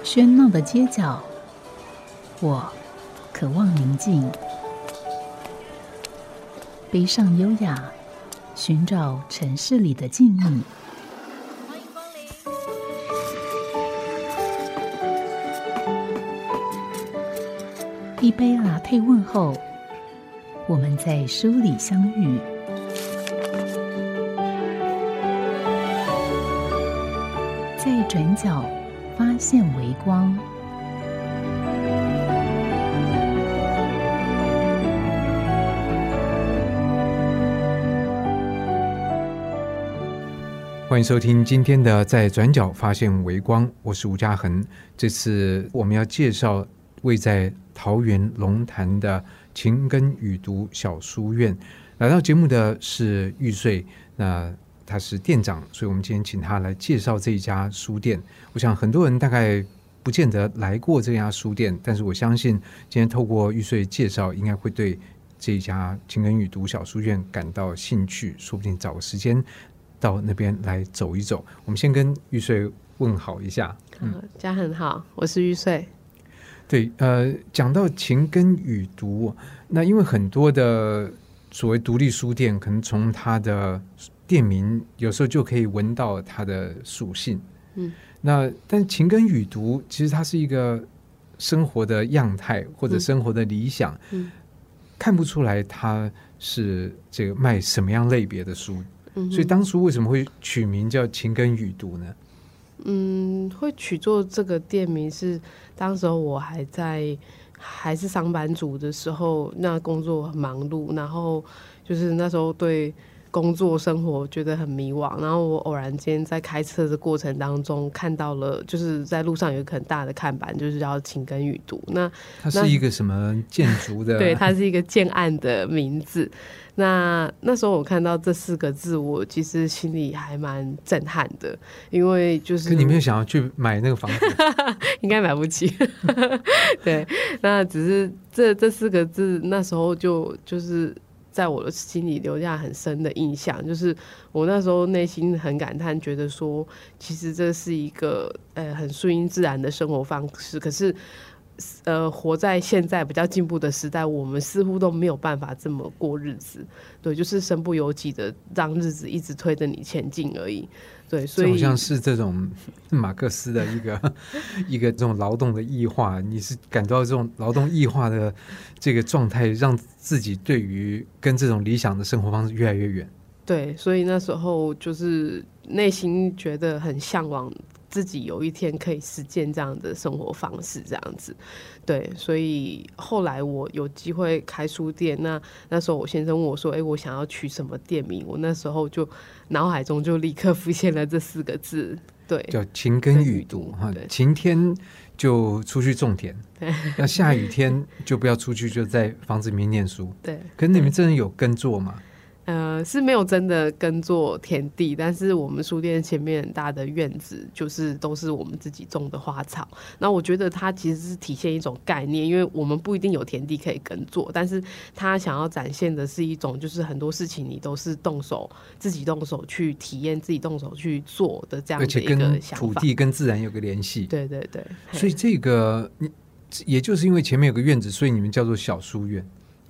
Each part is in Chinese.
喧闹的街角，我渴望宁静。背上优雅，寻找城市里的静谧。 欢迎光临。 一杯latte问候，我们在书里相遇。在转角发现微光。 欢迎收听今天的在转角发现微光，我是吴嘉恒。这次我们要介绍位在桃园龙潭的晴耕雨读小书院。来到节目的是玉穗，那他是店长，所以我们今天请他来介绍这一家书店。我想很多人大概不见得来过这家书店，但是我相信今天透过玉穗介绍，应该会对这一家晴耕雨读小书院感到兴趣，说不定找个时间到那边来走一走。我们先跟玉穗问好一下。 嘉恒好，我是玉穗。 对，讲到晴耕雨读，那因为很多的所谓独立书店，可能从它的店名有时候就可以闻到它的属性。但晴耕雨读其实它是一个生活的样态或者生活的理想，看不出来它是这个卖什么样类别的书。所以当初为什么会取名叫晴耕雨读呢？ 会取做这个店名是当时候我还是上班族的时候，那工作很忙碌，然后就是那时候对工作生活觉得很迷惘，然后我偶然间在开车的过程当中看到了，就是在路上有一个很大的看板，就是叫晴耕雨读。那它是一个什么建筑的？ 对，它是一个建案的名字。那时候我看到这4个字，我其实心里还蛮震撼的，因为就是可你没有想要去买那个房子？ 应该买不起。对，那只是这4个字，那时候就是在我的心里留下很深的印象，就是我那时候内心很感叹，觉得说其实这是一个很顺应自然的生活方式，可是活在现在比较进步的时代，我们似乎都没有办法这么过日子。对，就是身不由己的让日子一直推着你前进而已。对，所以好像是这种马克思的一个这种劳动的异化，你是感到这种劳动异化的这个状态，让自己对于跟这种理想的生活方式越来越远。 对，所以那时候就是内心觉得很向往自己有一天可以实践这样的生活方式，这样子。对，所以后来我有机会开书店，那时候我先生问我说我想要取什么店名，我那时候就脑海中就立刻浮现了这4个字。对， 叫晴耕雨读。晴天就出去种田，那下雨天就不要出去，就在房子里面念书。 对， 可是你们真的有耕作吗？ 是没有真的耕作田地，但是我们书店前面很大的院子，就是都是我们自己种的花草。那我觉得它其实是体现一种概念，因为我们不一定有田地可以耕作，但是它想要展现的是一种，就是很多事情你都是自己动手去体验，自己动手去做的这样的一个想法， 而且跟土地跟自然有个联系。 对对对， 所以这个也就是因为前面有个院子，所以你们叫做小书院。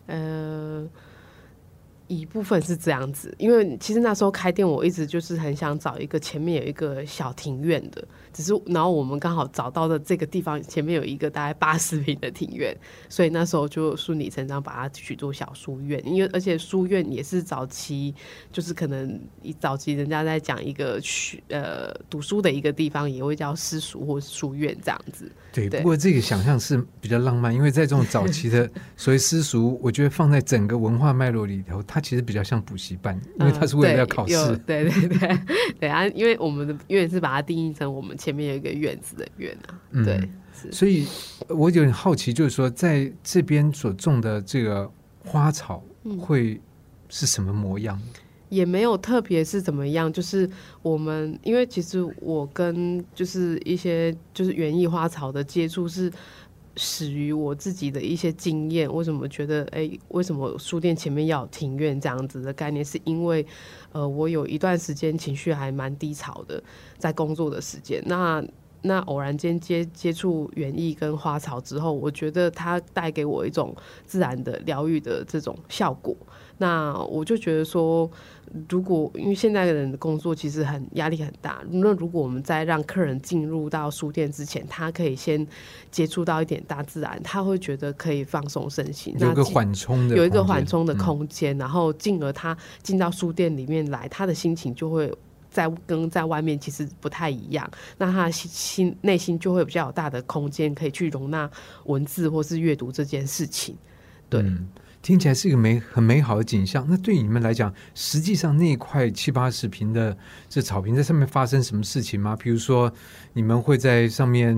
一部分是这样子，因为其实那时候开店，我一直就是很想找一个前面有一个小庭院的，然后我们刚好找到的这个地方前面有一个大概80坪的庭院，所以那时候就顺理成章把它取作小书院。因为而且书院也是早期，就是可能早期人家在讲一个读书的一个地方，也会叫私塾或书院这样子。 对，不过这个想象是比较浪漫，因为在这种早期的所谓私塾，我觉得放在整个文化脉络里头，它其实比较像补习班，因为它是为了要考试。 对对对对啊，因为我们的院是把它定义成我们前面有一个院子的院啊。对， 所以我有点好奇，就是说在这边所种的这个花草会是什么模样？ 也没有特别是怎么样，就是我们因为其实我跟就是一些就是园艺花草的接触是始于我自己的一些经验。为什么觉得为什么书店前面要有庭院这样子的概念，是因为我有一段时间情绪还蛮低潮的，在工作的时间，那那偶然间接触园艺跟花草之后，我觉得它带给我一种自然的疗愈的这种效果。那我就觉得说，如果因为现在的人的工作其实压力很大，那如果我们在让客人进入到书店之前，他可以先接触到一点大自然，他会觉得可以放松身心， 有一个缓冲的空间，然后进而他进到书店里面来，他的心情就会跟在外面其实不太一样，那他的内心就会比较有大的空间可以去容纳文字或是阅读这件事情。对， 听起来是一个很美好的景象。那对你们来讲，实际上那一块70-80坪的这草坪在上面发生什么事情吗？比如说你们会在上面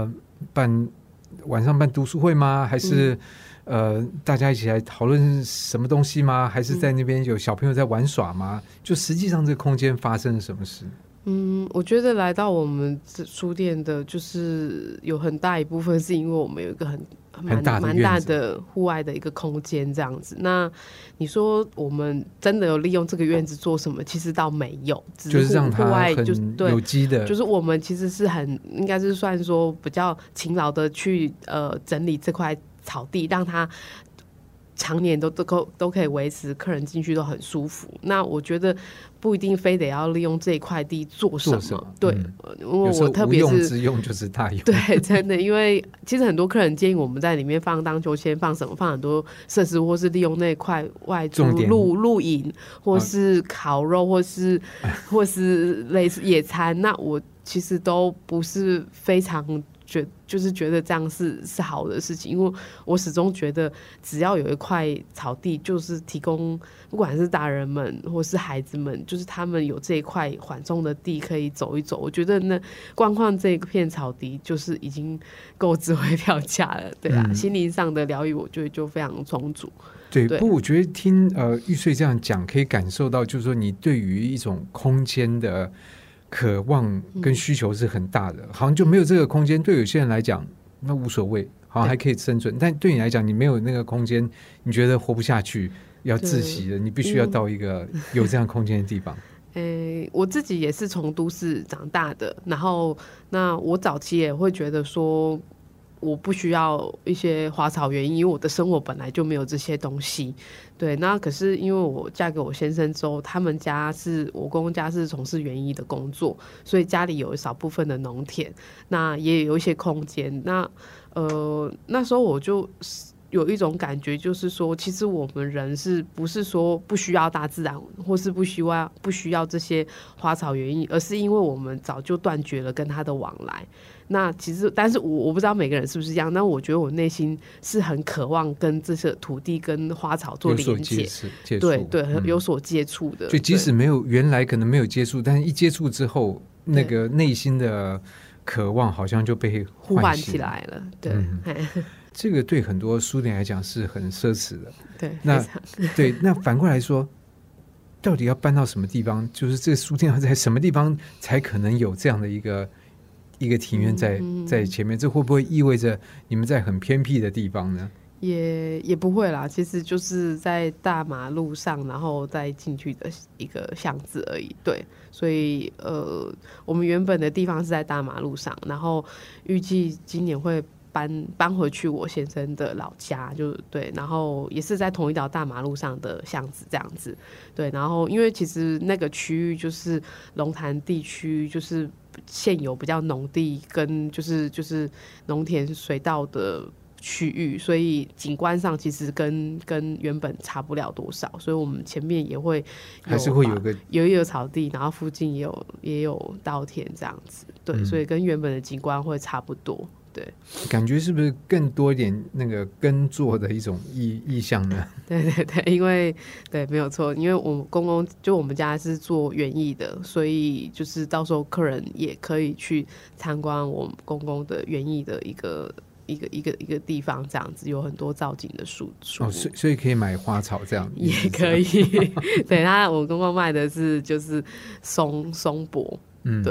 晚上办读书会吗？还是大家一起来讨论什么东西吗？还是在那边有小朋友在玩耍吗？就实际上这个空间发生了什么事？ 我觉得来到我们书店的，就是有很大一部分是因为我们有一个蛮大的户外的一个空间这样子。那你说我们真的有利用这个院子做什么？其实倒没有， 就是让它很有机的， 就是我们其实是应该是算说比较勤劳的去整理这块草地，让它常年都可以维持客人进去都很舒服。那我觉得不一定非得要利用这一块地做什么，对，因为我特别是无用之用就是大用， 对，真的，因为其实很多客人建议我们在里面放荡秋千，放什么，放很多设施，或是利用那块外出露营，或是烤肉，或是类似野餐。那我其实都不是非常就是觉得这样是好的事情，因为我始终觉得只要有一块草地，就是提供不管是大人们或是孩子们，就是他们有这一块缓冲的地可以走一走，我觉得那光看这一片草地就是已经够值回票价了，对啊，心灵上的疗愈我觉得就非常充足。 对，不过我觉得听玉穗这样讲，可以感受到就是说你对于一种空间的渴望跟需求是很大的，好像就没有这个空间，对有些人来讲那无所谓，好像还可以生存，但对你来讲你没有那个空间，你觉得活不下去，要窒息的，你必须要到一个有这样空间的地方。 我自己也是从都市长大的，然后那我早期也会觉得说我不需要一些花草园艺，因为我的生活本来就没有这些东西。对，那可是因为我嫁给我先生之后，我公公家是从事园艺的工作，所以家里有一少部分的农田，那也有一些空间。那时候我就有一种感觉，就是说其实我们人是不是说不需要大自然，或是不需要这些花草园艺，而是因为我们早就断绝了跟它的往来。那其实但是我不知道每个人是不是这样，但我觉得我内心是很渴望跟这些土地跟花草做连接，对，有所接触的。 就即使原来可能没有接触，但是一接触之后，那个内心的渴望好像就被呼唤起来了。对， 这个对很多书店来讲是很奢侈的。 对， 那反过来说，到底要搬到什么地方？就是这个书店要在什么地方才可能有这样的一个庭院在前面？这会不会意味着你们在很偏僻的地方呢？ 也不会啦，其实就是在大马路上，然后再进去的一个巷子而已。对，所以我们原本的地方是在大马路上，然后预计今年会搬回去我先生的老家，就对，然后也是在同一条大马路上的巷子这样子。对，然后因为其实那个区域就是龙潭地区，就是现有比较农地跟就是农田水稻的区域，所以景观上其实跟原本差不了多少，所以我们前面也会还是会有一个草地，然后附近也有稻田这样子。对，所以跟原本的景观会差不多。对， 感觉是不是更多一点那个耕作的一种意象呢？ 对，因为对没有错，因为我们公公就我们家是做园艺的，所以就是到时候客人也可以去参观我们公公的园艺的一个地方，这样子有很多造景的树所以可以买花草这样也可以。对，我公公卖的是就是松柏，对，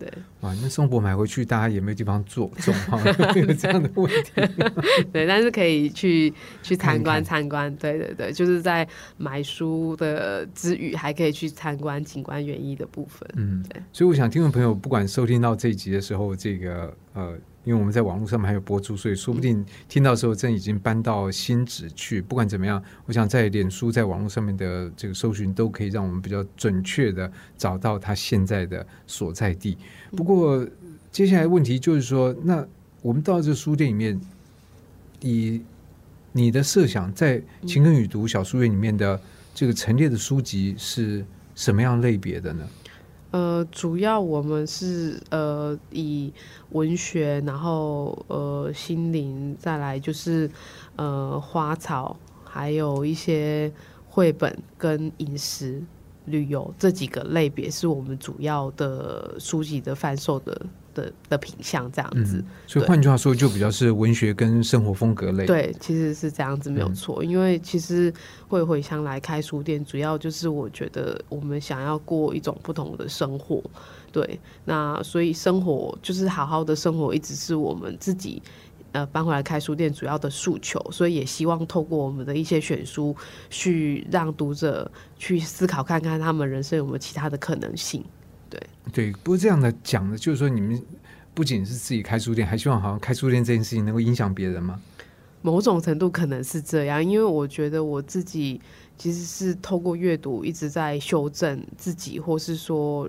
对。 哇，那松柏买回去大家也没有地方种有这样的问题。 对，但是可以去参观看参观，对对对，就是在买书的之余，还可以去参观景观园艺的部分。对。 所以我想听众朋友不管收听到这一集的时候，这个因为我们在网络上面还有播出，所以说不定听到的时候真已经搬到新址去。不管怎么样，我想在脸书在网络上面的这个搜寻都可以让我们比较准确的找到他现在的所在地。不过接下来问题就是说，那我们到这个书店里面，以你的设想，在情根语读小书院里面的这个陈列的书籍是什么样类别的呢？ 主要我们是以文学，然后心灵，再来就是花草，还有一些绘本跟饮食、旅游这几个类别是我们主要的书籍的贩售的品项这样子。 所以换句话说，就比较是文学跟生活风格类。 对，其实是这样子没有错。因为其实会回乡来开书店，主要就是我觉得我们想要过一种不同的生活。对，那所以生活就是好好的生活，一直是我们自己搬回来开书店主要的诉求。所以也希望透过我们的一些选书，去让读者去思考看看他们人生有没有其他的可能性。对， 不过这样的讲的，就是说你们不仅是自己开书店，还希望好像开书店这件事情能够影响别人吗？ 某种程度可能是这样，因为我觉得我自己其实是透过阅读一直在修正自己，或是说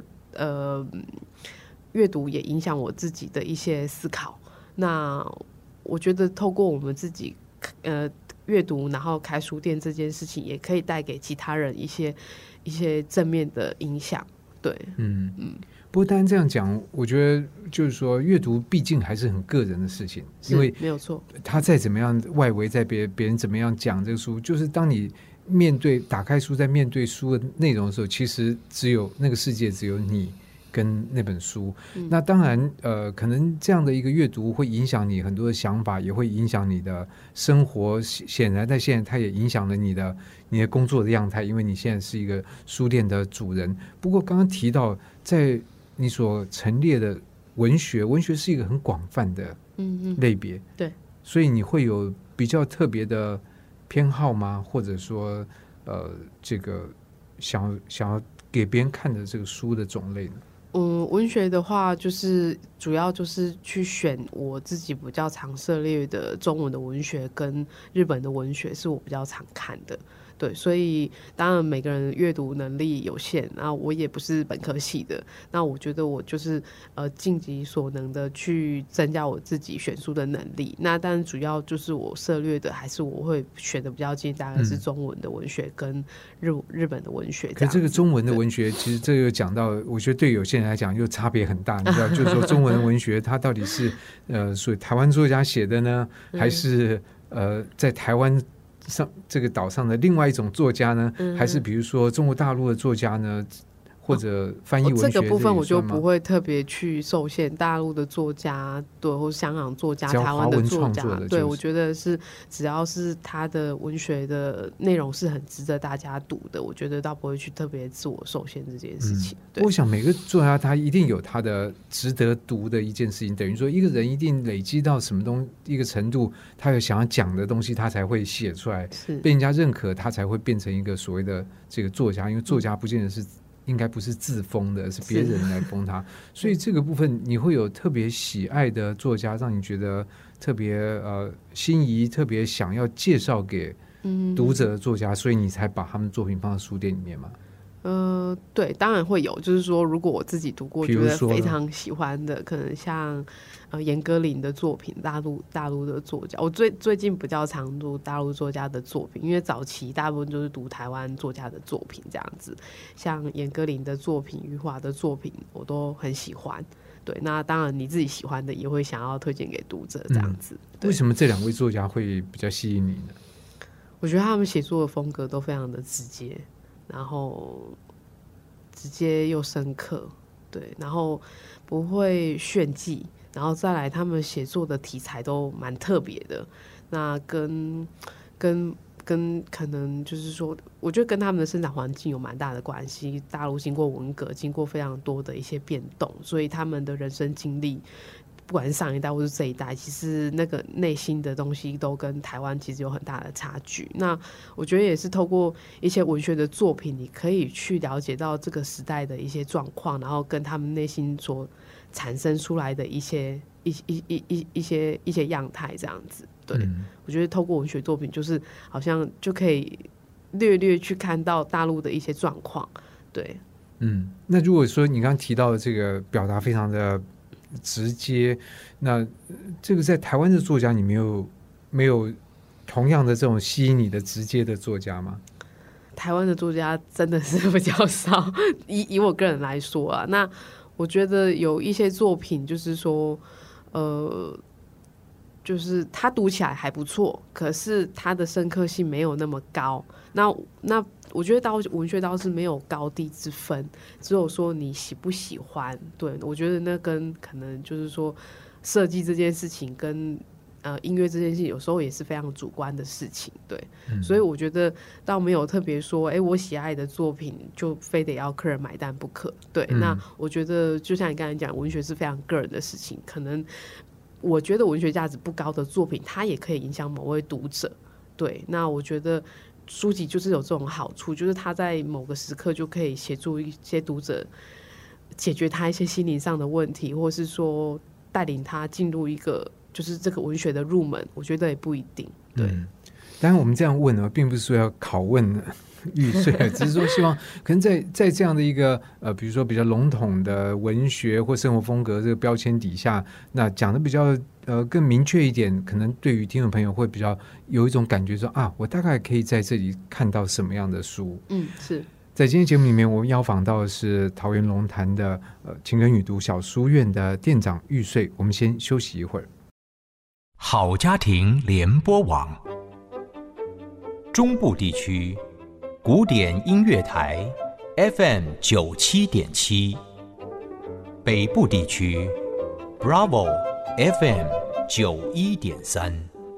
阅读也影响我自己的一些思考。那我觉得透过我们自己阅读，然后开书店这件事情，也可以带给其他人一些正面的影响。对， 不过当然这样讲，我觉得就是说，阅读毕竟还是很个人的事情，因为没有错， 他再怎么样外围在别人怎么样讲这个书，就是当你面对打开书，在面对书的内容的时候，其实只有那个世界只有你跟那本书。那当然可能这样的一个阅读会影响你很多的想法，也会影响你的生活。显然在现在它也影响了你的工作的样态，因为你现在是一个书店的主人。不过刚刚提到在你所陈列的文学是一个很广泛的类别。 对， 所以你会有比较特别的偏好吗？或者说这个想要给别人看的这个书的种类呢？ 文学的话，就是主要就是去选我自己比较常涉猎的中文的文学跟日本的文学，是我比较常看的。对，所以当然每个人阅读能力有限，然后我也不是本科系的，那我觉得我就是尽己所能的去增加我自己选书的能力。那但主要就是我涉猎的还是我会选的比较近，大概是中文的文学跟日本的文学。 可这个中文的文学，其实这个讲到，我觉得对有些人来讲又差别很大，你知道，就是说中文的文学它到底是属于台湾作家写的呢，还是在台湾上这个岛上的另外一种作家呢，还是比如说中国大陆的作家呢，或者翻译文学， 这个部分我就不会特别去受限大陆的作家，对，或香港作家、台湾的作家，对，我觉得是只要是他的文学的内容是很值得大家读的，我觉得倒不会去特别自我受限这件事情。 我想每个作家他一定有他的值得读的一件事情，等于说一个人一定累积到什么一个程度，他有想要讲的东西，他才会写出来，被人家认可，他才会变成一个所谓的这个作家。因为作家不见得是应该不是自封的，是别人来封他，所以这个部分你会有特别喜爱的作家，让你觉得特别心仪，特别想要介绍给读者的作家，所以你才把他们作品放在书店里面吗？ 对，当然会有，就是说如果我自己读过觉得非常喜欢的，可能像严歌苓的作品，大陆的作家，我最近比较常读大陆作家的作品，因为早期大部分就是读台湾作家的作品这样子，像严歌苓的作品、余华的作品我都很喜欢。对，那当然你自己喜欢的也会想要推荐给读者这样子。 为什么这两位作家会比较吸引你呢？ 我觉得他们写作的风格都非常的直接，然后直接又深刻，对，然后不会炫技，然后再来他们写作的题材都蛮特别的，那跟可能就是说，我觉得跟他们的生长环境有蛮大的关系。大陆经过文革，经过非常多的一些变动，所以他们的人生经历，不管是上一代或是这一代，其实那个内心的东西都跟台湾其实有很大的差距。那我觉得也是透过一些文学的作品，你可以去了解到这个时代的一些状况，然后跟他们内心所产生出来的一些样态这样子。对，我觉得透过文学作品，就是好像就可以略略去看到大陆的一些状况。对， 那如果说你刚刚提到的这个表达非常的直接，那这个在台湾的作家，你没有同样的这种吸引你的直接的作家吗？ 台湾的作家真的是比较少，以我个人来说啊，那我觉得有一些作品，就是说，就是他读起来还不错，可是他的深刻性没有那么高。那我觉得文学倒是没有高低之分，只有说你喜不喜欢。对，我觉得那跟可能就是说设计这件事情跟音乐这件事情有时候也是非常主观的事情。对，所以我觉得倒没有特别说我喜爱的作品就非得要客人买单不可。对，那我觉得就像你刚才讲，文学是非常个人的事情，可能我觉得文学价值不高的作品它也可以影响某位读者。对，那我觉得书籍就是有这种好处，就是他在某个时刻就可以协助一些读者解决他一些心灵上的问题，或是说带领他进入一个就是这个文学的入门，我觉得也不一定。对， 当然我们这样问呢，并不是说要拷问玉穗，只是说希望可能在这样的一个比如说比较笼统的文学或生活风格这个标签底下，那讲的比较更明确一点，可能对于听众朋友会比较有一种感觉说啊，我大概可以在这里看到什么样的书。 是在今天节目里面，我们邀访到的是桃园龙潭的情根语读小书院的店长玉穗。我们先休息一会儿。 好家庭联播网，中部地区古典音乐台 FM97.7， 北部地区 Bravo FM91.3。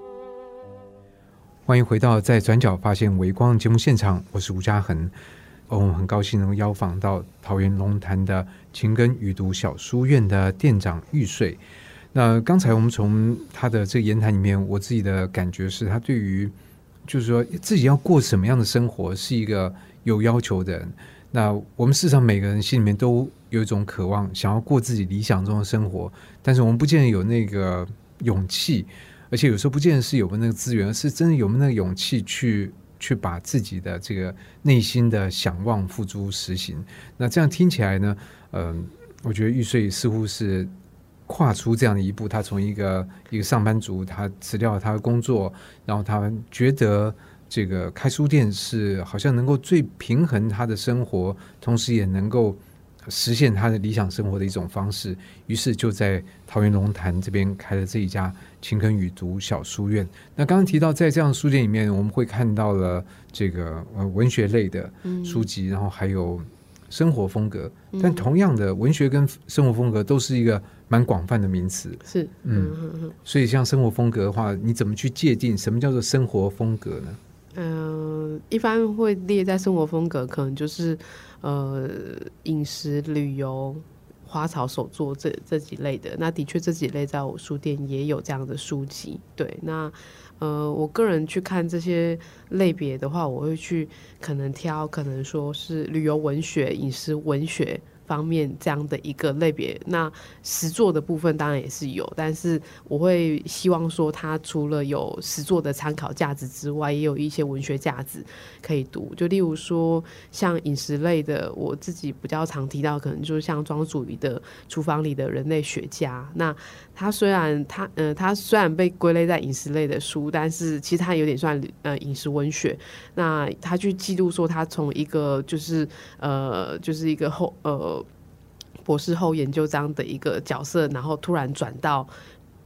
欢迎回到在转角发现微光节目现场，我是吴嘉恒。我们很高兴能够邀访到桃园龙潭的情根语读小书院的店长玉穗。那刚才我们从他的这个言谈里面，我自己的感觉是他对于就是说自己要过什么样的生活是一个有要求的人。那我们事实上每个人心里面都有一种渴望，想要过自己理想中的生活，但是我们不见得有那个勇气，而且有时候不见得是有没有那个资源，而是真的有没有那个勇气去把自己的这个内心的想望付诸实行。那这样听起来呢，我觉得玉穗似乎是跨出这样的一步，他从一个上班族，他辞掉了他的工作，然后他觉得这个开书店是好像能够最平衡他的生活，同时也能够实现他的理想生活的一种方式，于是就在桃园龙潭这边开了这一家情根语读小书院。那刚刚提到在这样的书店里面，我们会看到了这个文学类的书籍，然后还有生活风格，但同样的文学跟生活风格都是一个蛮广泛的名词。 是， 所以像生活风格的话，你怎么去界定什么叫做生活风格呢？ 一般会列在生活风格，可能就是饮食、旅游、花草手作这几类的。那的确这几类在我书店也有这样的书籍。对，那我个人去看这些类别的话，我会去可能挑，可能说是旅游文学、饮食文学方面这样的一个类别。那实作的部分当然也是有，但是我会希望说它除了有实作的参考价值之外，也有一些文学价值可以读。就例如说像饮食类的，我自己比较常提到可能就是像庄祖仪的厨房里的人类学家。那他虽然被归类在饮食类的书，但是其实他有点算饮食文学。那他去记录说他从一个就是一个博士后研究这样的一个角色，然后突然转到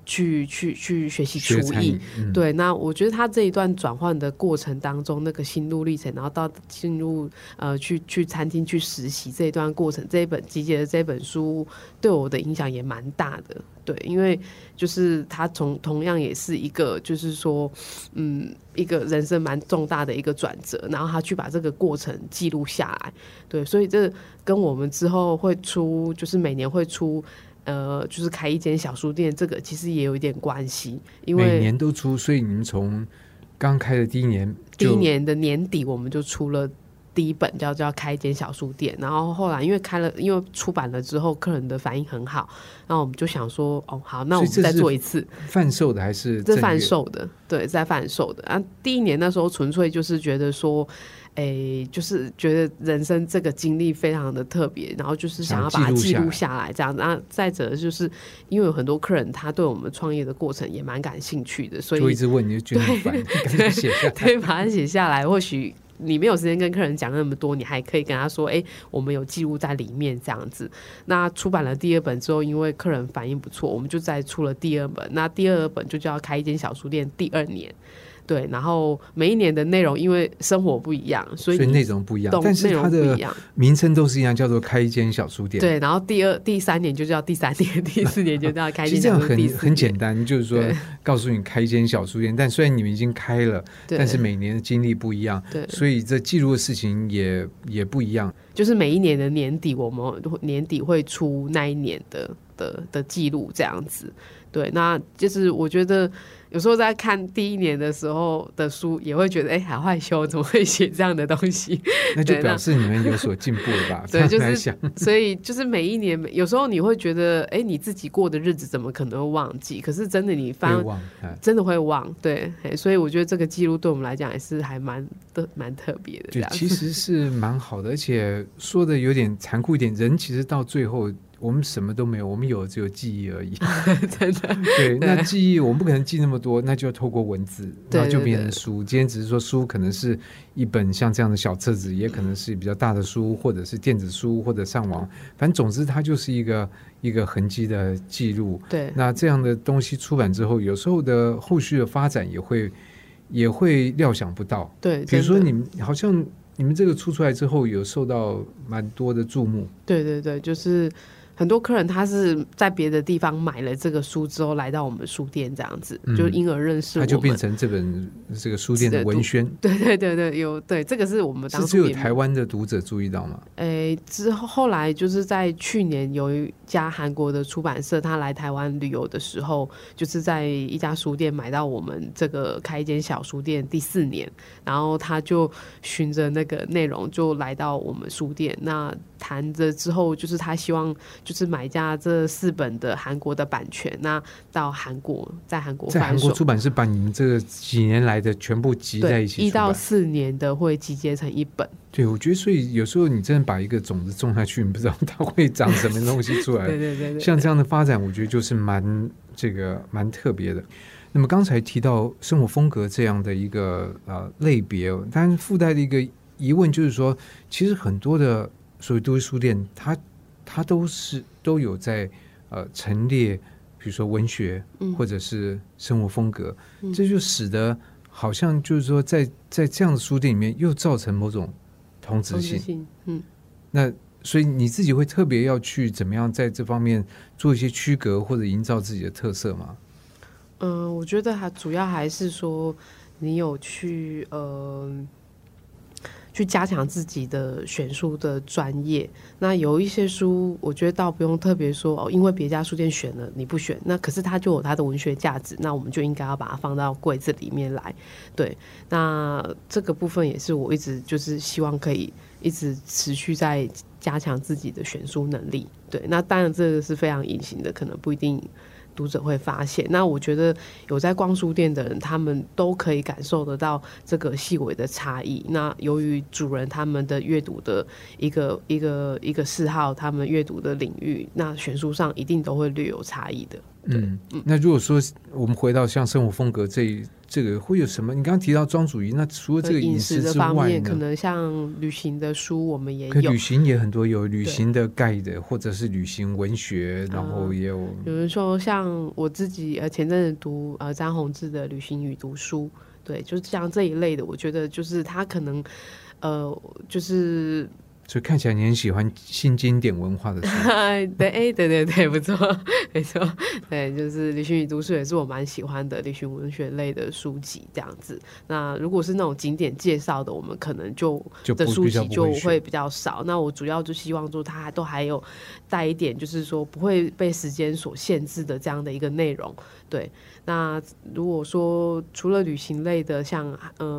去学习厨艺，对，那我觉得他这一段转换的过程当中，那个心路历程，然后到进入去餐厅去实习这一段过程，这一本集结的这本书对我的影响也蛮大的，对，因为就是他同样也是一个就是说一个人生蛮重大的一个转折，然后他去把这个过程记录下来，对，所以这跟我们之后会出，就是每年会出。就是开一间小书店，这个其实也有一点关系，因为每年都出，所以你们从刚开的第一年的年底，我们就出了第一本叫开一间小书店，然后后来因为出版了之后，客人的反应很好，然后我们就想说，哦，好，那我们再做一次。 贩售的还是这贩售的？对，在贩售的啊。第一年那时候纯粹就是觉得说。就是觉得人生这个经历非常的特别，然后就是想要把它记录下来这样子。那再者就是因为有很多客人他对我们创业的过程也蛮感兴趣的，所以就一直问你就觉得很烦，赶紧写下来， 对，把它写下来。或许你没有时间跟客人讲那么多，你还可以跟他说，我们有记录在里面这样子。那出版了第二本之后，因为客人反应不错，我们就再出了第二本。那第二本就叫开一间小书店第二年。对，然后每一年的内容因为生活不一样，所以内容不一样，但是它的名称都是一样，叫做开一间小书店。 对，然后第三年就叫第三年，第四年就叫开一间小书店。 其实这样很简单，就是说告诉你开一间小书店，但虽然你们已经开了，但是每年的经历不一样，所以这记录的事情也不一样。 就是每一年的年底，我们年底会出那一年的记录这样子。对，那就是我觉得有时候在看第一年的时候的书，也会觉得好害羞，怎么会写这样的东西？ 那就表示你们有所进步了吧？ 对，就是所以就是每一年，有时候你会觉得，你自己过的日子怎么可能会忘记？可是真的你真的会忘，对，所以我觉得这个记录对我们来讲也是还蛮特别的。 对，其实是蛮好的，而且说的有点残酷一点，人其实到最后。我们什么都没有，我们有只有记忆而已。 真的， 对，那记忆我们不可能记那么多，那就要透过文字，然后就变成书。今天只是说书可能是一本像这样的小册子，也可能是比较大的书，或者是电子书，或者上网，反正总之它就是一个痕迹的记录。 对， 那这样的东西出版之后，有时候的后续的发展也会料想不到。 对， 比如说好像你们这个出来之后，有受到蛮多的注目。 对对对，就是。很多客人他是在别的地方买了这个书之后来到我们书店这样子，就因而认识我们， 他就变成这个书店的文宣。 对对对对，对，这个是我们当初是只有台湾的读者注意到吗？ 之后来就是在去年有一家韩国的出版社，他来台湾旅游的时候，就是在一家书店买到我们这个开一间小书店第4年，然后他就循着那个内容就来到我们书店，那谈着之后就是他希望就是买下这4本的韩国的版权，那到韩国在韩国出版是把你们这几年来的全部集在一起 ，1到4年的会集结成一本。 对，我觉得所以有时候你真的把一个种子种下去，你不知道它会长什么东西出来。 对， 像这样的发展，我觉得就是蛮特别的。那么刚才提到生活风格这样的一个类别，当然附带的一个疑问就是说，其实很多的所谓都市书店，它都有在陈列，比如说文学或者是生活风格，这就使得好像就是说在这样的书店里面又造成某种同质性。那所以你自己会特别要去怎么样在这方面做一些区隔或者营造自己的特色吗？ 我觉得主要还是说你有去加强自己的选书的专业。那有一些书我觉得倒不用特别说因为别家书店选了你不选，那可是它就有它的文学价值，那我们就应该要把它放到柜子里面来。对，那这个部分也是我一直就是希望可以一直持续在加强自己的选书能力。对，那当然这个是非常隐形的，可能不一定读者会发现。那我觉得有在逛书店的人，他们都可以感受得到这个细微的差异。那由于主人他们的阅读的一个嗜好，他们阅读的领域，那选书上一定都会略有差异的。 那如果说我们回到像生活风格这个会有什么？你刚刚提到庄主仪，那除了这个饮食的之外方面， 呢， 可能像旅行的书我们也有， 可旅行也很多，有旅行的 guide 或者是旅行文学，然后也有， 比如说像我自己前阵子读张宏志的旅行与读书，对，就是像这一类的，我觉得就是他可能就是所以看起来你很喜欢新经典文化的书。 对，不错，没错，对，就是旅行与读书也是我蛮喜欢的旅行文学类的书籍这样子。那如果是那种景点介绍的，我们可能就的书籍就会比较少。那我主要就希望说它都还有带一点，就是说不会被时间所限制的这样的一个内容。对，那如果说除了旅行类的，像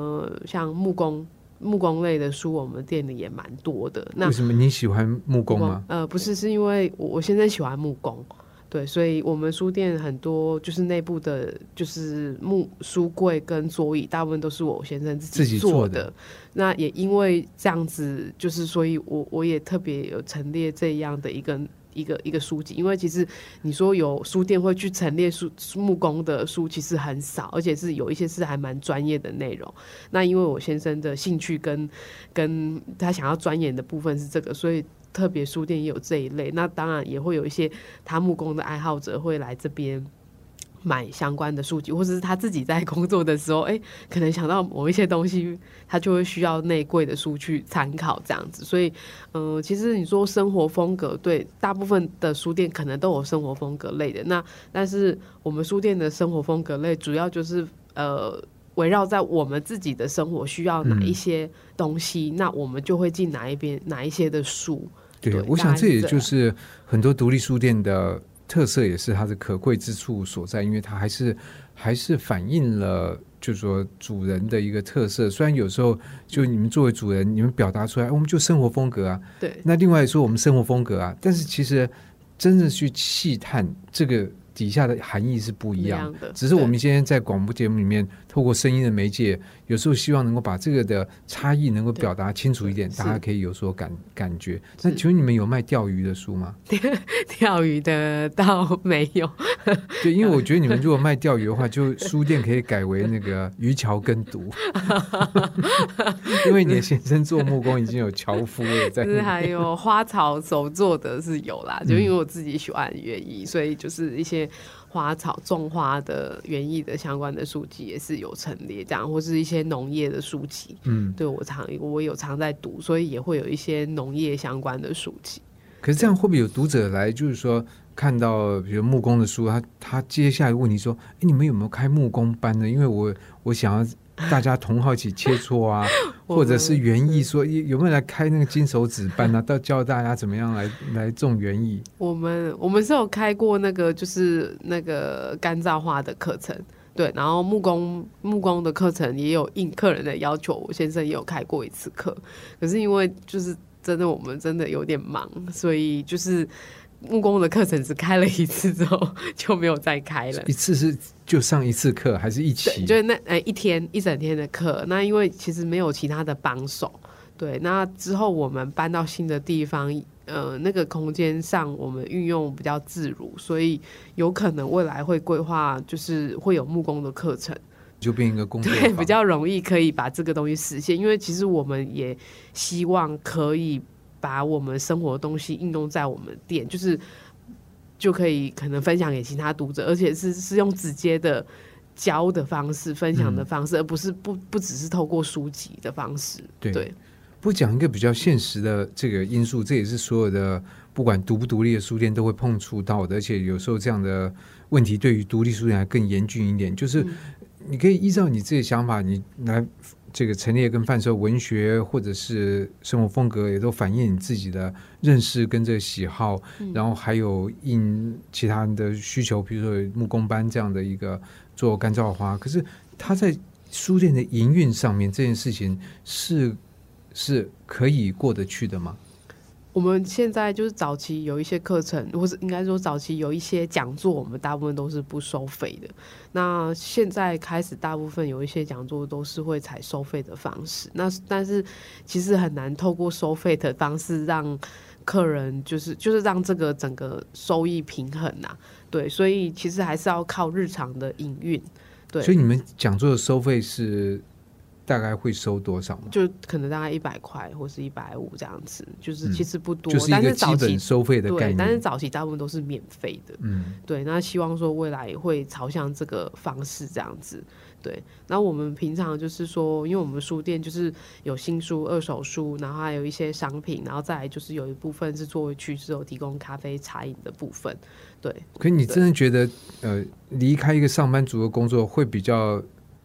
木工类的书，我们店里也蛮多的。那为什么你喜欢木工吗？ 不是，是因为我先生喜欢木工，对，所以我们书店很多就是内部的，就是木书柜跟桌椅，大部分都是我先生自己做的。那也因为这样子，就是所以我也特别有陈列这样的一个书籍，因为其实你说有书店会去陈列木工的书，其实很少，而且是有一些是还蛮专业的内容。那因为我先生的兴趣跟他想要钻研的部分是这个，所以特别书店也有这一类。那当然也会有一些他木工的爱好者会来这边买相关的书籍，或者是他自己在工作的时候，可能想到某一些东西，他就会需要内柜的书去参考这样子。所以，其实你说生活风格，对，大部分的书店可能都有生活风格类的。那但是我们书店的生活风格类，主要就是围绕在我们自己的生活需要哪一些东西，那我们就会进哪一些的书。 对，我想这也就是很多独立书店的特色，也是它的可贵之处所在，因为它还是反映了就是说主人的一个特色。虽然有时候就你们作为主人，你们表达出来我们就生活风格啊， 对， 那另外说我们生活风格啊，但是其实真正去细探这个底下的含义是不一样的。只是我们今天在广播节目里面透过声音的媒介，有时候希望能够把这个的差异能够表达清楚一点，大家可以有所感觉。那请问你们有卖钓鱼的书吗？ 钓鱼的倒没有。 对，因为我觉得你们如果卖钓鱼的话，就书店可以改为那个渔樵耕读。因为你的先生做木工已经有樵夫了， 就是还有花草手做的是有啦，就因为我自己喜欢园艺，所以就是一些花草种花的园艺的相关的书籍也是有陈列这样，或是一些农业的书籍。对，我有常在读，所以也会有一些农业相关的书籍。 可是这样会不会有读者来就是说看到比如木工的书，他接下来问你说你们有没有开木工班呢？因为我想要大家同好一起切磋啊或者是园艺，说有没有来开那个金手指班啊，到教大家怎么样来种园艺。我们是有开过那个就是那个干燥花的课程，对，然后木工的课程也有应客人的要求，我先生也有开过一次课，可是因为就是真的我们真的有点忙，所以就是木工的课程只开了一次之后就没有再开了。 一次是就上一次课还是一起？ 就是那一整天的课。那因为其实没有其他的帮手，对，那之后我们搬到新的地方，那个空间上我们运用比较自如，所以有可能未来会规划就是会有木工的课程， 就变一个工作坊， 对，比较容易可以把这个东西实现。因为其实我们也希望可以把我们生活的东西应用在我们店，就可以可能分享给其他读者，而且是用直接的教的方式、分享的方式，而不是不只是透过书籍的方式。对。 不讲一个比较现实的这个因素，这也是所有的不管独不独立的书店都会碰触到的，而且有时候这样的问题对于独立书店还更严峻一点，就是你可以依照你自己的想法，你来这个陈列跟贩售文学或者是生活风格，也都反映你自己的认识跟这个喜好，然后还有应其他人的需求，比如说木工班这样的一个做干燥花，可是它在书店的营运上面这件事情是可以过得去的吗？ 我们现在就是早期有一些课程，或是应该说早期有一些讲座，我们大部分都是不收费的。那现在开始大部分有一些讲座都是会采收费的方式，但是其实很难透过收费的方式让客人就是让这个整个收益平衡啊，对，所以其实还是要靠日常的营运，对。 所以你们讲座的收费是大概会收多少吗？ 就可能大概100块或是150这样子，就是其实不多， 就是一个基本收费的概念。 对，但是早期大部分都是免费的，对。那希望说未来会朝向这个方式这样子，对。那我们平常就是说，因为我们书店就是有新书、二手书，然后还有一些商品，然后再来就是有一部分是作为区是有提供咖啡、茶饮的部分，对。 可你真的觉得离开一个上班族的工作会比较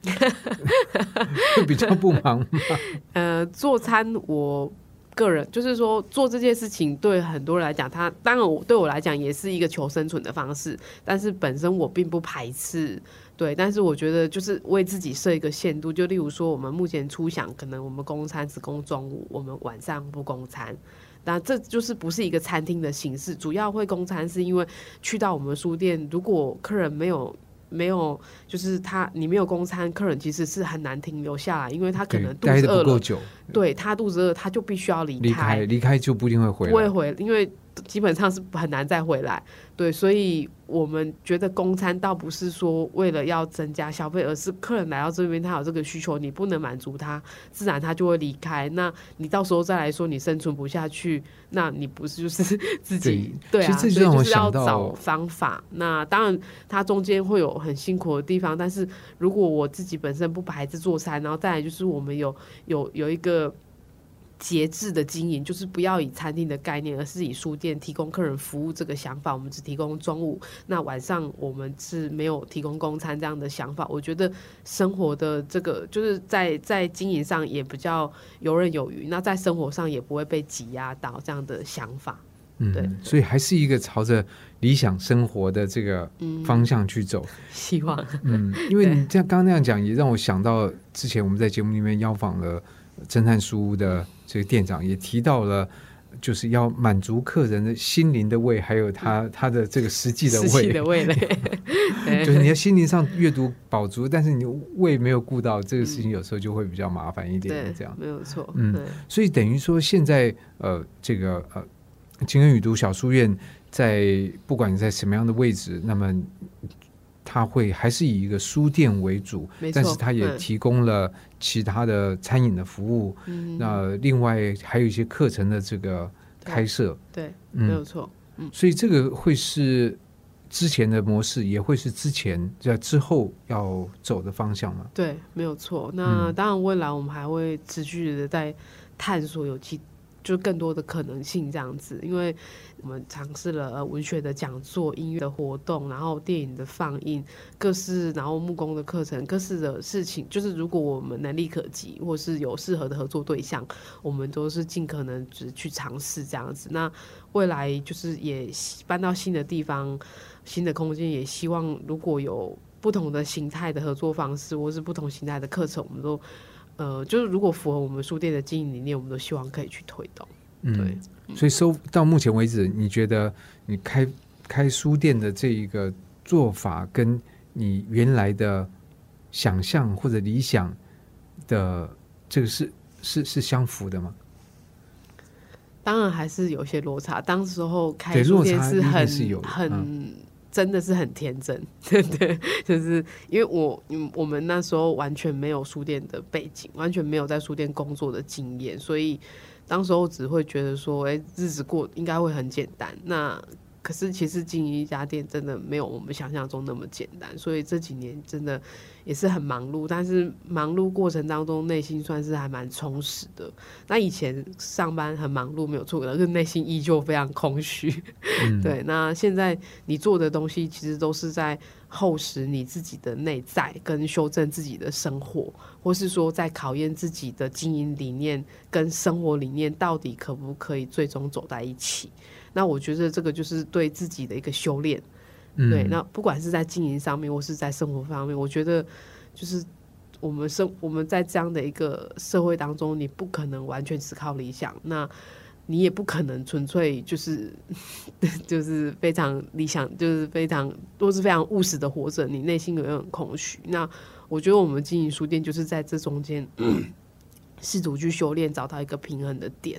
会比较不忙吗？ 做餐我个人就是说做这件事情对很多人来讲，它当然对我来讲也是一个求生存的方式，但是本身我并不排斥，对。但是我觉得就是为自己设一个限度，就例如说我们目前初想可能我们供餐只供中午，我们晚上不供餐，那这就是不是一个餐厅的形式，主要会供餐是因为去到我们书店，如果客人没有就是你没有供餐，客人其实是很难停留下来，因为他可能肚子饿了，待得不够久，对，他肚子饿他就必须要离开就不一定会回来，不会回，因为基本上是很难再回来，对。所以我们觉得供餐倒不是说为了要增加消费，而是客人来到这边他有这个需求，你不能满足他，自然他就会离开，那你到时候再来说你生存不下去，那你不是就是自己 对啊，所以就是要找方法。那当然它中间会有很辛苦的地方，但是如果我自己本身不排斥做餐，然后再来就是我们有一个节制的经营，就是不要以餐厅的概念，而是以书店提供客人服务这个想法，我们只提供中午，那晚上我们是没有提供供餐这样的想法。我觉得生活的这个就是在经营上也比较游刃有余，那在生活上也不会被挤压到这样的想法。对， 所以还是一个朝着理想生活的这个方向去走， 希望因为你这样刚刚那样讲，也让我想到之前我们在节目里面邀访了侦探书屋的这个店长，也提到了就是要满足客人的心灵的胃，还有他的这个实际的胃就是你要心灵上阅读饱足，但是你胃没有顾到，这个事情有时候就会比较麻烦一点，这样没有错。 所以等于说现在这个情根语读小书院在不管你在什么样的位置，那么它会还是以一个书店为主，但是它也提供了其他的餐饮的服务，那另外还有一些课程的这个开设， 对，没有错。 所以这个会是之前的模式，也会是之后要走的方向吗？ 对，没有错。那当然未来我们还会持续的在探索就更多的可能性这样子，因为我们尝试了文学的讲座、音乐的活动，然后电影的放映，各式然后木工的课程，各式的事情，就是如果我们能力可及，或是有适合的合作对象，我们都是尽可能只去尝试这样子。那未来就是也搬到新的地方、新的空间，也希望如果有不同的形态的合作方式，或是不同形态的课程，我们都就是如果符合我们书店的经营理念，我们都希望可以去推动。对， 所以到目前为止，你觉得你开书店的这一个做法，跟你原来的想象或者理想的这个是相符的吗？ 当然还是有些落差。当时候开书店是真的是很天真，对，就是因为我们那时候完全没有书店的背景，完全没有在书店工作的经验，所以当时候只会觉得说，日子过应该会很简单。那可是其实经营一家店真的没有我们想象中那么简单，所以这几年真的也是很忙碌，但是忙碌过程当中内心算是还蛮充实的。那以前上班很忙碌没有错，可是内心依旧非常空虚。对，那现在你做的东西其实都是在厚实你自己的内在，跟修正自己的生活，或是说在考验自己的经营理念跟生活理念到底可不可以最终走在一起。那我觉得这个就是对自己的一个修炼。对，那不管是在经营上面或是在生活方面，我觉得就是我们在这样的一个社会当中，你不可能完全只靠理想，那你也不可能纯粹就是非常理想，就是非常务实的活着，你内心永远很空虚。那我觉得我们经营书店就是在这中间试图去修炼，找到一个平衡的点。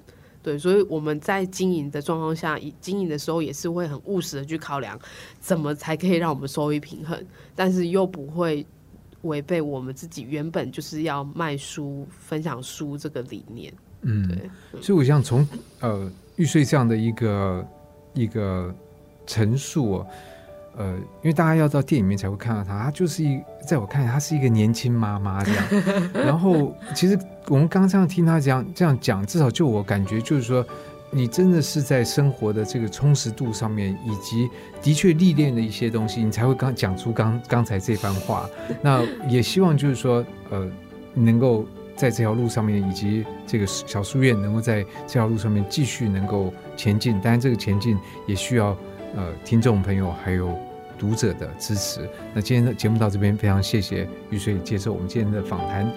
对，所以我们在经营的状况下，经营的时候也是会很务实的去考量怎么才可以让我们收益平衡，但是又不会违背我们自己原本就是要卖书分享书这个理念。对， 所以我想从玉穗这样的一个陈述因为大家要到店里面才会看到她就是在我看来她是一个年轻妈妈这样然后其实我们刚刚这样听她这样讲，至少就我感觉就是说你真的是在生活的这个充实度上面，以及的确历练的一些东西，你才会讲出刚才这番话。那也希望就是说能够在这条路上面，以及这个小书院能够在这条路上面继续能够前进。当然这个前进也需要听众朋友还有读者的支持。那今天的节目到这边，非常谢谢玉穗接受我们今天的访谈。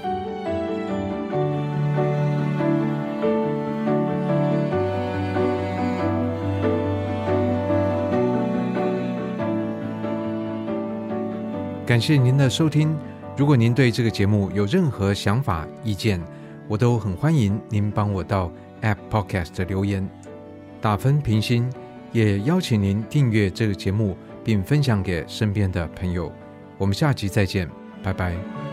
感谢您的收听。如果您对这个节目有任何想法意见，我都很欢迎您帮我到 App Podcast 留言打分评星，也邀请您订阅这个节目并分享给身边的朋友。我们下集再见，拜拜。